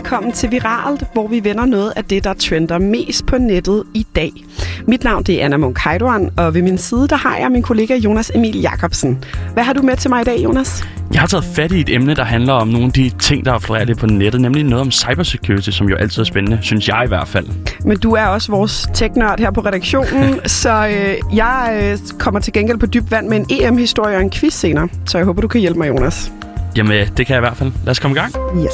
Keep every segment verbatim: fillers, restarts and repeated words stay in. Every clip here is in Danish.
velkommen til Viralt, hvor vi vender noget af det, der trender mest på nettet i dag. Mit navn det er Anna Munk Heidoan, og ved min side der har jeg min kollega Jonas Emil Jacobsen. Hvad har du med til mig i dag, Jonas? Jeg har taget fat i et emne, der handler om nogle af de ting, der florerer lidt på nettet, nemlig noget om cybersecurity, som jo altid er spændende, synes jeg i hvert fald. Men du er også vores tech-nørd her på redaktionen, så øh, jeg øh, kommer til gengæld på dybt vand med en E M-historie og en quiz senere. Så jeg håber, du kan hjælpe mig, Jonas. Jamen, det kan jeg i hvert fald. Lad os komme i gang. Yes.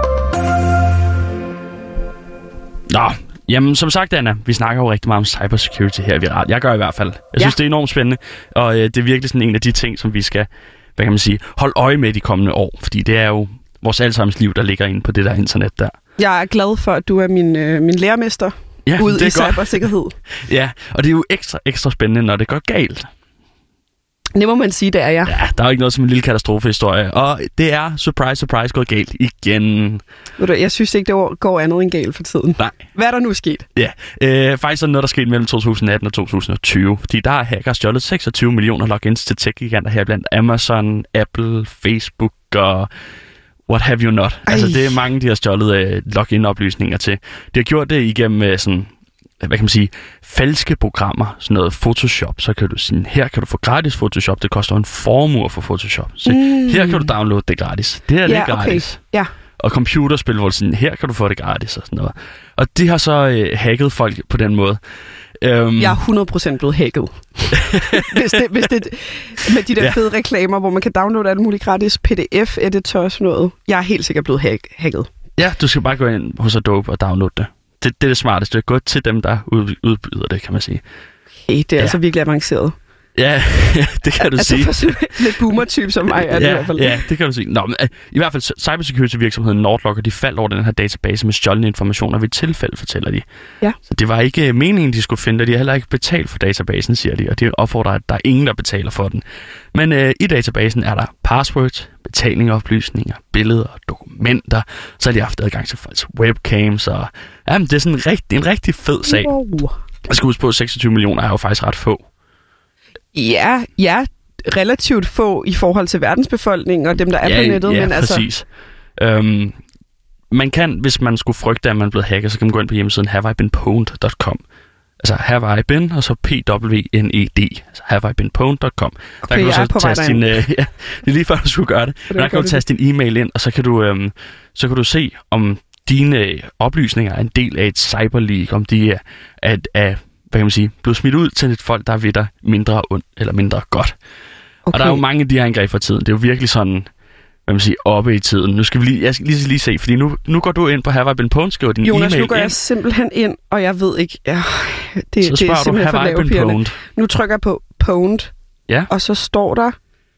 Nå, jamen som sagt, Anna, vi snakker jo rigtig meget om cybersecurity her i Viralt. Jeg gør i hvert fald. Jeg ja. synes, det er enormt spændende, og øh, det er virkelig sådan en af de ting, som vi skal, hvad kan man sige, holde øje med de kommende år. Fordi det er jo vores allesammens liv, der ligger inde på det der internet der. Jeg er glad for, at du er min, øh, min lærermester ja, ude i godt. cybersikkerhed. Ja, og det er jo ekstra, ekstra spændende, når det går galt. Det må man sige, det er jeg. Ja, der er jo ikke noget som en lille katastrofehistorie. Og det er, surprise, surprise, gået galt igen. Ved du, jeg synes ikke, det går andet end galt for tiden. Nej. Hvad er der nu sket? Ja, øh, faktisk er det noget, der skete mellem to tusind atten og to tusind og tyve. Fordi der har hacker stjålet seksogtyve millioner logins til tech-giganter her blandt Amazon, Apple, Facebook og what have you not. Ej. Altså, det er mange, de har stjålet øh, login-oplysninger til. De har gjort det igennem øh, sådan... hvad kan man sige, falske programmer, sådan noget Photoshop, så kan du sige, her kan du få gratis Photoshop, det koster en formue for Photoshop. Så mm. her kan du downloade det gratis. Det her ja, det er gratis. Okay. Ja. Og computerspil, hvor sådan, her kan du få det gratis og sådan noget. Og de har så øh, hacket folk på den måde. Um, jeg er hundrede procent blevet hacket. hvis, det, hvis det med de der ja. fede reklamer, hvor man kan downloade alt muligt gratis, P D F-editor og sådan noget. Jeg er helt sikkert blevet hack- hacket. Ja, du skal bare gå ind hos Adobe og downloade det. Det, det er det smarteste. Gå til dem, der udbyder det, kan man sige. Okay, det er ja. altså virkelig avanceret. Ja, det kan du altså sige. Altså for lidt boomer-type som mig er det ja, i hvert fald. Ja, det kan du sige. Nå, men, i hvert fald cybersecurity-virksomheden Nordlocker, de faldt over den her database med stjålne informationer ved tilfælde, fortæller de. Ja. Så det var ikke meningen, de skulle finde det. De har heller ikke betalt for databasen, siger de. Og de opfordrer, at der er ingen, der betaler for den. Men øh, i databasen er der passwords, betalingsoplysninger, billeder, dokumenter. Så har de haft adgang til folks webcams. Og, jamen, det er sådan en rigtig, en rigtig fed sag. Wow. Jeg skal huske på, at seksogtyve millioner er jo faktisk ret få. Ja, ja, relativt få i forhold til verdensbefolkningen og dem, der er ja, på nettet. Ja, men altså... præcis. Øhm, man kan, hvis man skulle frygte, at man er blevet hacket, så kan man gå ind på hjemmesiden have I been pwned punktum com. Altså have I been, og så P W N E D. Altså have I been pwned punktum com. Okay, der kan jeg du så taste din... Øh, ja, det er lige før, du skulle gøre det. Men der kan du taste din e-mail ind, og så kan du, øhm, så kan du se, om dine oplysninger er en del af et cyberleak, om de er... At, at, hvad kan man sige, blevet smidt ud til et folk, der ved dig mindre ondt eller mindre godt. Okay. Og der er jo mange af de her angreb for tiden. Det er jo virkelig sådan, hvad man siger, oppe i tiden. Nu skal vi lige, jeg skal lige, lige se, fordi nu, nu går du ind på Have I been pwned, skriver din Jonas, e-mail nu går ind. jeg simpelthen ind, og jeg ved ikke, ja, det, så det er simpelthen du, for lavepigerne. Nu trykker jeg på pwned, ja. Og så står der,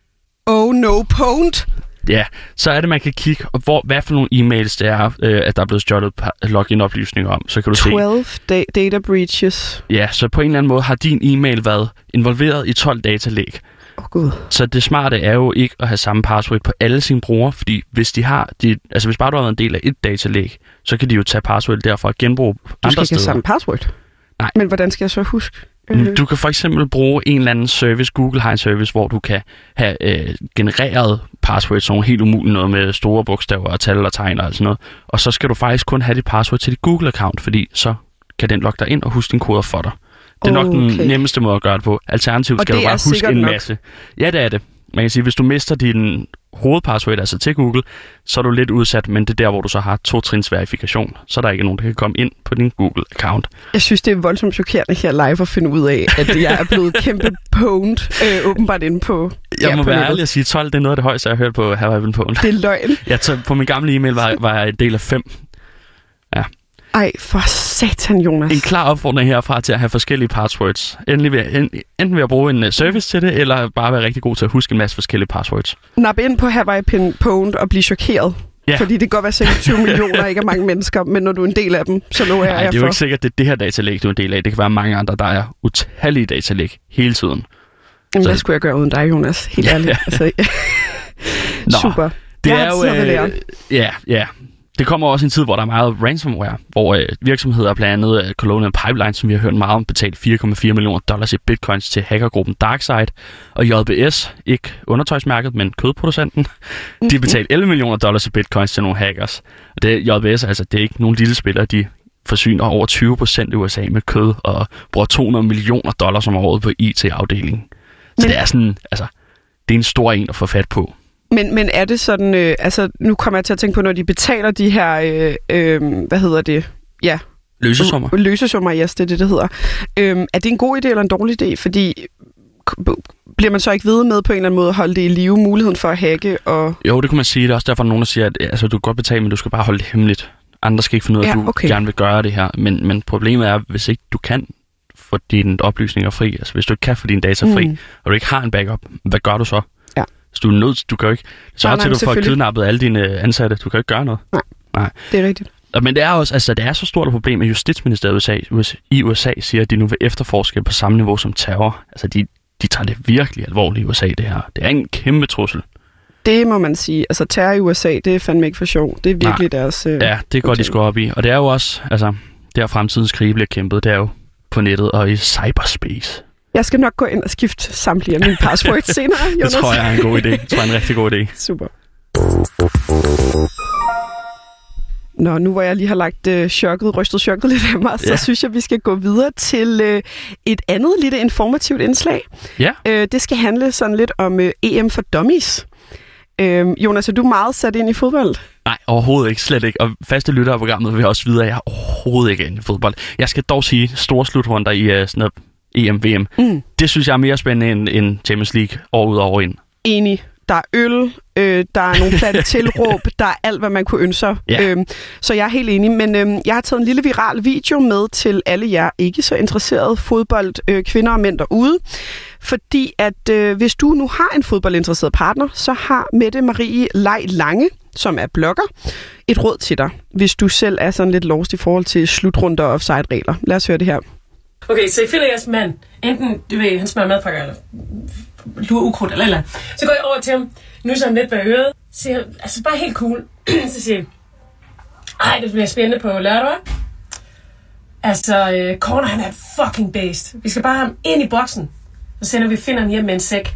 oh no, pwned. Ja, så er det, man kan kigge, hvor, hvad for nogle e-mails det er, øh, at der er blevet stjålet login-oplysninger om. Så kan du tolv se. Da- data breaches. Ja, så på en eller anden måde har din e-mail været involveret i tolv datalæg. Åh oh, gud. Så det smarte er jo ikke at have samme password på alle sine brugere, fordi hvis de har, de, altså hvis bare du har været en del af et datalæg, så kan de jo tage password derfra og genbruge andre andre steder. Du skal ikke have samme password? Nej. Men hvordan skal jeg så huske? Du kan for eksempel bruge en eller anden service, Google har en service, hvor du kan have øh, genereret passwords, som er helt umuligt noget med store bogstaver og tal og tegn og sådan noget. Og så skal du faktisk kun have dit password til dit Google-account, fordi så kan den logge dig ind og huske dine koder for dig. Det er nok okay. den nemmeste måde at gøre det på. Alternativt skal du bare huske en nok. masse. Ja, det er det. Man kan sige, hvis du mister din hovedpassword, altså til Google, så er du lidt udsat, men det er der, hvor du så har to-trins verifikation, så der er ikke nogen, der kan komme ind på din Google-account. Jeg synes, det er voldsomt chokerende her live at finde ud af, at jeg er blevet kæmpe pwned, øh, åbenbart inde på Jeg ja, må på være nettet. ærlig at sige, tolv det er noget af det højeste, jeg har hørt på Have I been pwned. Det er løgn. Ja, så på min gamle e-mail var, var jeg en del af fem. Ja. Ej, for satan, Jonas. En klar opfordring herfra til at have forskellige passwords. Endelig ved, enten ved at bruge en service til det, eller bare være rigtig god til at huske en masse forskellige passwords. Nap ind på Have I been pwned og blive chokeret. Ja. Fordi det kan godt være seksogtyve millioner, ikke er mange mennesker, men når du er en del af dem, så lover jeg Nej, jer for. det er jo ikke sikkert, at det er det her datalæg, du er en del af. Det kan være mange andre, der er utallige datalæg hele tiden. Men hvad skulle jeg gøre uden dig, Jonas? Helt ærligt. Altså, ja. Nå, super. Det jeg er jo... Øh, ja, ja. det kommer også en tid, hvor der er meget ransomware, hvor øh, virksomheder, blandt andet øh, Colonial Pipeline, som vi har hørt meget om, betalt fire komma fire millioner dollars i bitcoins til hackergruppen DarkSide, og J B S, ikke undertøjsmærket, men kødproducenten, mm-hmm. de betalte elleve millioner dollars i bitcoins til nogle hackers. Og det J B S, altså det er ikke nogen lille spillere, de forsyner over tyve procent i U S A med kød og bruger to hundrede millioner dollars om året på I T-afdelingen. Så men det er sådan, altså, det er en stor en at få fat på. Men, men er det sådan, øh, altså nu kommer jeg til at tænke på, når de betaler de her, øh, øh, hvad hedder det, ja. Løsesummer. Løsesummer, ja, det er det, det hedder. Øh, er det en god idé eller en dårlig idé? Fordi bliver man så ikke ved med på en eller anden måde at holde det i live, muligheden for at hacke? Og... Jo, det kunne man sige. Det er også derfor, nogen der siger, at altså, du kan godt betale, men du skal bare holde det hemmeligt. Andre skal ikke finde ud af, at ja, du okay. gerne vil gøre det her. Men, men problemet er, hvis ikke du kan få dine oplysninger fri, altså hvis du ikke kan få dine data fri, mm. og du ikke har en backup, hvad gør du så? Ja. Så du er nødt, du kan jo ikke sørge til, at du får kidnappet alle dine ansatte. Du kan jo ikke gøre noget. Nej, Nej. Det er rigtigt. Men det er også, altså det er så stort et problem, at Justitsministeriet i U S A siger, at de nu vil efterforske på samme niveau som terror. Altså de, de tager det virkelig alvorligt i U S A, det her. Det er en kæmpe trussel. Det må man sige. Altså terror i U S A, det er fandme ikke for sjov. Det er virkelig Nej. deres... Øh, ja, det går de sgu op i. Og det er jo også, altså, der fremtidens krige bliver kæmpet, det er jo på nettet og i cyberspace. Jeg skal nok gå ind og skifte samtlige af mine passwords senere, Jonas. Det tror jeg er en god idé. Det tror jeg er en rigtig god idé. Super. Nå, nu hvor jeg lige har lagt øh, chokket, rystet chokket lidt af mig, ja. så synes jeg, vi skal gå videre til øh, et andet lidt informativt indslag. Ja. Øh, det skal handle sådan lidt om øh, E M for dummies. Øh, Jonas, er du meget sat ind i fodbold? Nej, overhovedet ikke. Slet ikke. Og faste lyttere af programmet vil også vide, at jeg er overhovedet ikke inde i fodbold. Jeg skal dog sige, store slutrunder i uh, sådan noget E M, V M. Mm. Det synes jeg er mere spændende end, end Champions League år ud og år ind. Enig. Der er øl, øh, der er nogle platte tilråb, der er alt, hvad man kunne ønske sig. Ja. Øhm, så jeg er helt enig. Men øhm, jeg har taget en lille viral video med til alle jer ikke så interesserede fodbold, øh, kvinder og mænd derude. Fordi at øh, hvis du nu har en fodboldinteresseret partner, så har Mette Marie Lej Lange, som er blogger, et råd til dig, hvis du selv er sådan lidt lost i forhold til slutrunder og offside-regler. Lad os høre det her. Okay, så I finder jeres mand. Enten, du ved, han smager madpakker, eller lurer ukrudt, eller eller. Så går jeg over til ham, nusser ham lidt bag øret, siger, altså bare helt cool. Så siger jeg, ej, det bliver spændende på lørdag. Altså, øh, Corner, han er fucking based. Vi skal bare have ham ind i boksen. Så sender vi Finderen hjem med en sæk.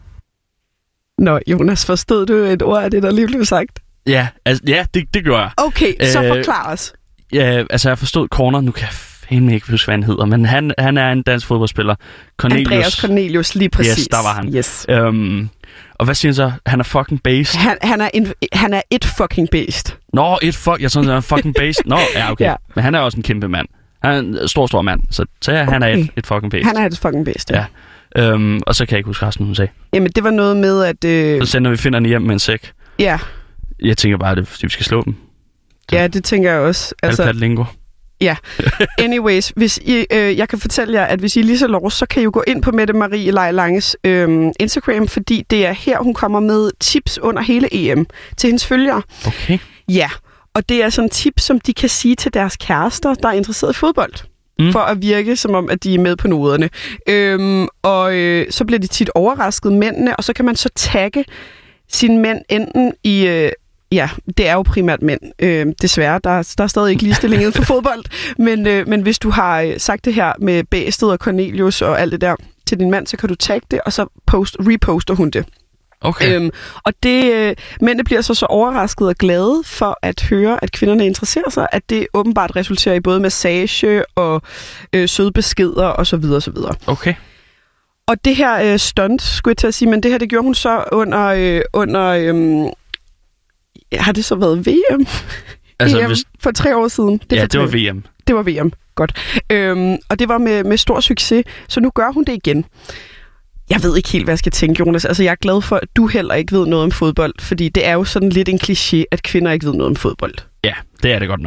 Nå, Jonas, forstod du et ord af det, der lige blev sagt? Ja, altså, ja det, det gør jeg. Okay, så forklar os. Ja, altså jeg forstod Corner, nu kan jeg fandme ikke huske, hvad han hedder, men han, han er en dansk fodboldspiller. Cornelius. Andreas Cornelius, lige præcis. Yes, der var han. Yes. Øhm, og hvad siger han så? Han er fucking based. Han, han, er, en, han er et fucking based. Nå, et fuck, jeg synes, han er fucking based. Nå, ja, okay. Ja. Men han er også en kæmpe mand. Han er en stor, stor mand, så, så ja, han okay. er et, et fucking based. Han er et fucking based, ja. ja. Øhm, og så kan jeg ikke huske resten, hun sagde. Jamen, det var noget med, at... Øh... Så sender vi Finderne hjem med en sæk. Ja. Jeg tænker bare, at vi skal slå dem. Det... Ja, det tænker jeg også. Altså... Lingo. Ja. Anyways, hvis I, øh, jeg kan fortælle jer, at hvis I er lige så lost, så kan I jo gå ind på Mette Marie Lej Langes øh, Instagram, fordi det er her, hun kommer med tips under hele E M til hendes følgere. Okay. Ja, og det er sådan tips, som de kan sige til deres kærester, der er interesseret i fodbold. Mm. For at virke som om, at de er med på noderne. Øhm, og øh, så bliver de tit overrasket, mændene, og så kan man så tagge sine mænd enten i... Øh, ja, det er jo primært mænd. Øh, desværre, der, der er stadig ikke ligestilling inden for fodbold. Men, øh, men hvis du har øh, sagt det her med Bæsted og Cornelius og alt det der til din mand, så kan du tagge det, og så post, reposter hun det. Okay. Øhm, og det, øh, mændene bliver så så overrasket og glade for at høre, at kvinderne interesserer sig, at det åbenbart resulterer i både massage og øh, søde beskeder og så videre, og så videre. Okay. Og det her øh, stunt, skulle jeg til at sige, men det her, det gjorde hun så under, øh, under øh, har det så været V M? Altså, E M hvis... for tre år siden. Det ja, det var V M. Det var V M, godt. Øhm, og det var med, med stor succes, så nu gør hun det igen. Jeg ved ikke helt, hvad jeg skal tænke, Jonas. Altså, jeg er glad for, at du heller ikke ved noget om fodbold, fordi det er jo sådan lidt en kliché, at kvinder ikke ved noget om fodbold. Ja, det er det godt nok.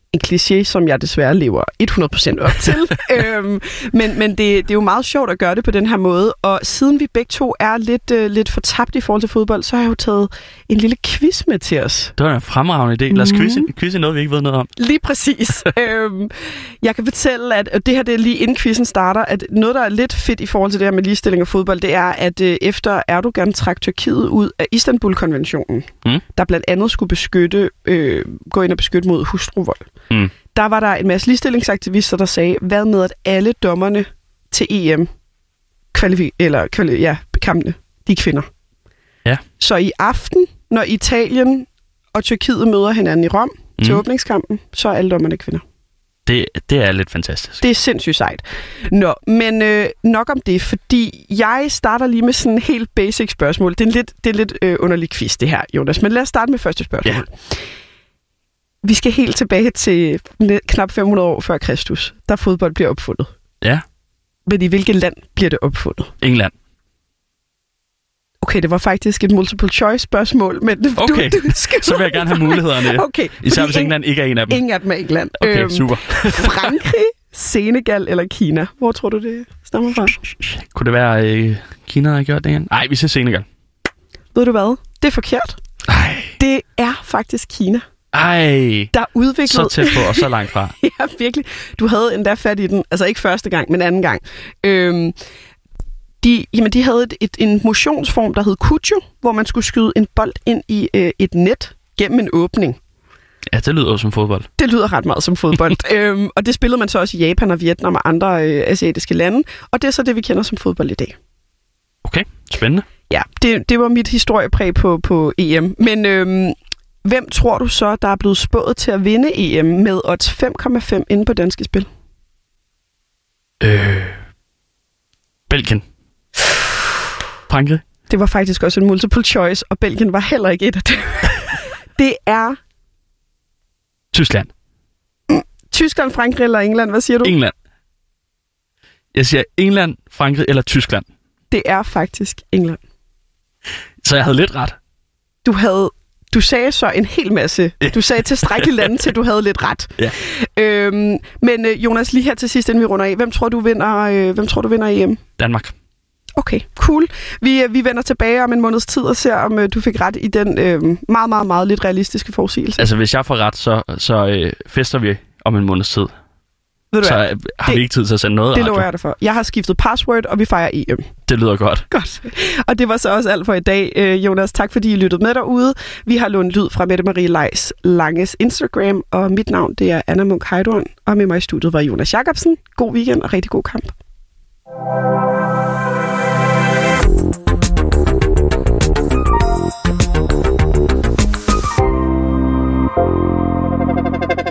en kliché, som jeg desværre lever hundrede procent op til. øhm, men men det, det er jo meget sjovt at gøre det på den her måde. Og siden vi begge to er lidt, øh, lidt fortabt i forhold til fodbold, så har jeg jo taget en lille quiz med til os. Det var en fremragende idé. Lad os quizze, quizze noget, vi ikke ved noget om. Lige præcis. øhm, jeg kan fortælle, at det her det er lige inden quizzen starter, at noget, der er lidt fedt i forhold til det her med ligestilling og fodbold, det er, at øh, efter Erdogan trak Tyrkiet ud af Istanbul-konventionen, mm. der blandt andet skulle beskytte, øh, gå ind og beskytte mod hustruvold, mm. der var der en masse ligestillingsaktivister, der sagde, hvad med at alle dommerne til E M, kvalifi- eller kvali- ja, kampene, de er kvinder. Ja. Så i aften, når Italien og Tyrkiet møder hinanden i Rom mm. til åbningskampen, så er alle dommerne kvinder. Det, det er lidt fantastisk. Det er sindssygt sejt. Nå, men øh, nok om det, fordi jeg starter lige med sådan en helt basic spørgsmål. Det er en lidt, det er lidt øh, underlig quiz, det her, Jonas. Men lad os starte med første spørgsmål. Ja. Vi skal helt tilbage til knap fem hundrede år før Kristus, da fodbold bliver opfundet. Ja. Men i hvilket land bliver det opfundet? England. Okay, det var faktisk et multiple choice spørgsmål, men du, okay. du, du skal... så vil jeg gerne have mulighederne. Okay. Især hvis England ikke er en af dem. Ingen af dem er England. Okay, øhm, super. Frankrig, Senegal eller Kina? Hvor tror du, det stammer fra? Kunne det være øh, Kina, der har gjort det igen? Nej, vi siger Senegal. Ved du hvad? Det er forkert. Ej. Det er faktisk Kina. Ej, der udviklet... så tæt på og så langt fra. Ja, virkelig. Du havde endda fat i den. Altså ikke første gang, men anden gang. Øhm, de, jamen, de havde et, et, en motionsform, der hed Kujo, hvor man skulle skyde en bold ind i øh, et net gennem en åbning. Ja, det lyder jo som fodbold. Det lyder ret meget som fodbold. øhm, og det spillede man så også i Japan og Vietnam og andre øh, asiatiske lande. Og det er så det, vi kender som fodbold i dag. Okay, spændende. Ja, det, det var mit historiepræg på, på E M. Men øhm, hvem tror du så, der er blevet spået til at vinde E M med odds fem komma fem inde på Danske Spil? Øh... Belgien. Frankrig. Det var faktisk også en multiple choice, og Belgien var heller ikke et af dem. Det er... Tyskland. Mm, Tyskland, Frankrig eller England? Hvad siger du? England. Jeg siger England, Frankrig eller Tyskland. Det er faktisk England. Så jeg havde lidt ret. Du havde... Du sagde så en hel masse. Du sagde tilstrækkeligt lande til, du havde lidt ret. Ja. Øhm, men Jonas, lige her til sidst, inden vi runder af. Hvem tror du vinder, øh, hvem tror du vinder E M? Danmark. Okay, cool. Vi, vi vender tilbage om en måneds tid og ser, om øh, du fik ret i den øh, meget, meget, meget lidt realistiske forudsigelse. Altså, hvis jeg får ret, så, så øh, fester vi om en måneds tid. Ved du så hvad? har det, vi ikke tid til at sende noget. Det lover jeg dig for. Jeg har skiftet password, og vi fejrer E M. Det lyder godt. Godt. Og det var så også alt for i dag. Øh, Jonas, tak fordi I lyttede med derude. Vi har lånt lyd fra Mette Marie Leis Langes Instagram, og mit navn det er Anna Munk Heidorn, og med mig i studiet var Jonas Jacobsen. God weekend og rigtig god kamp.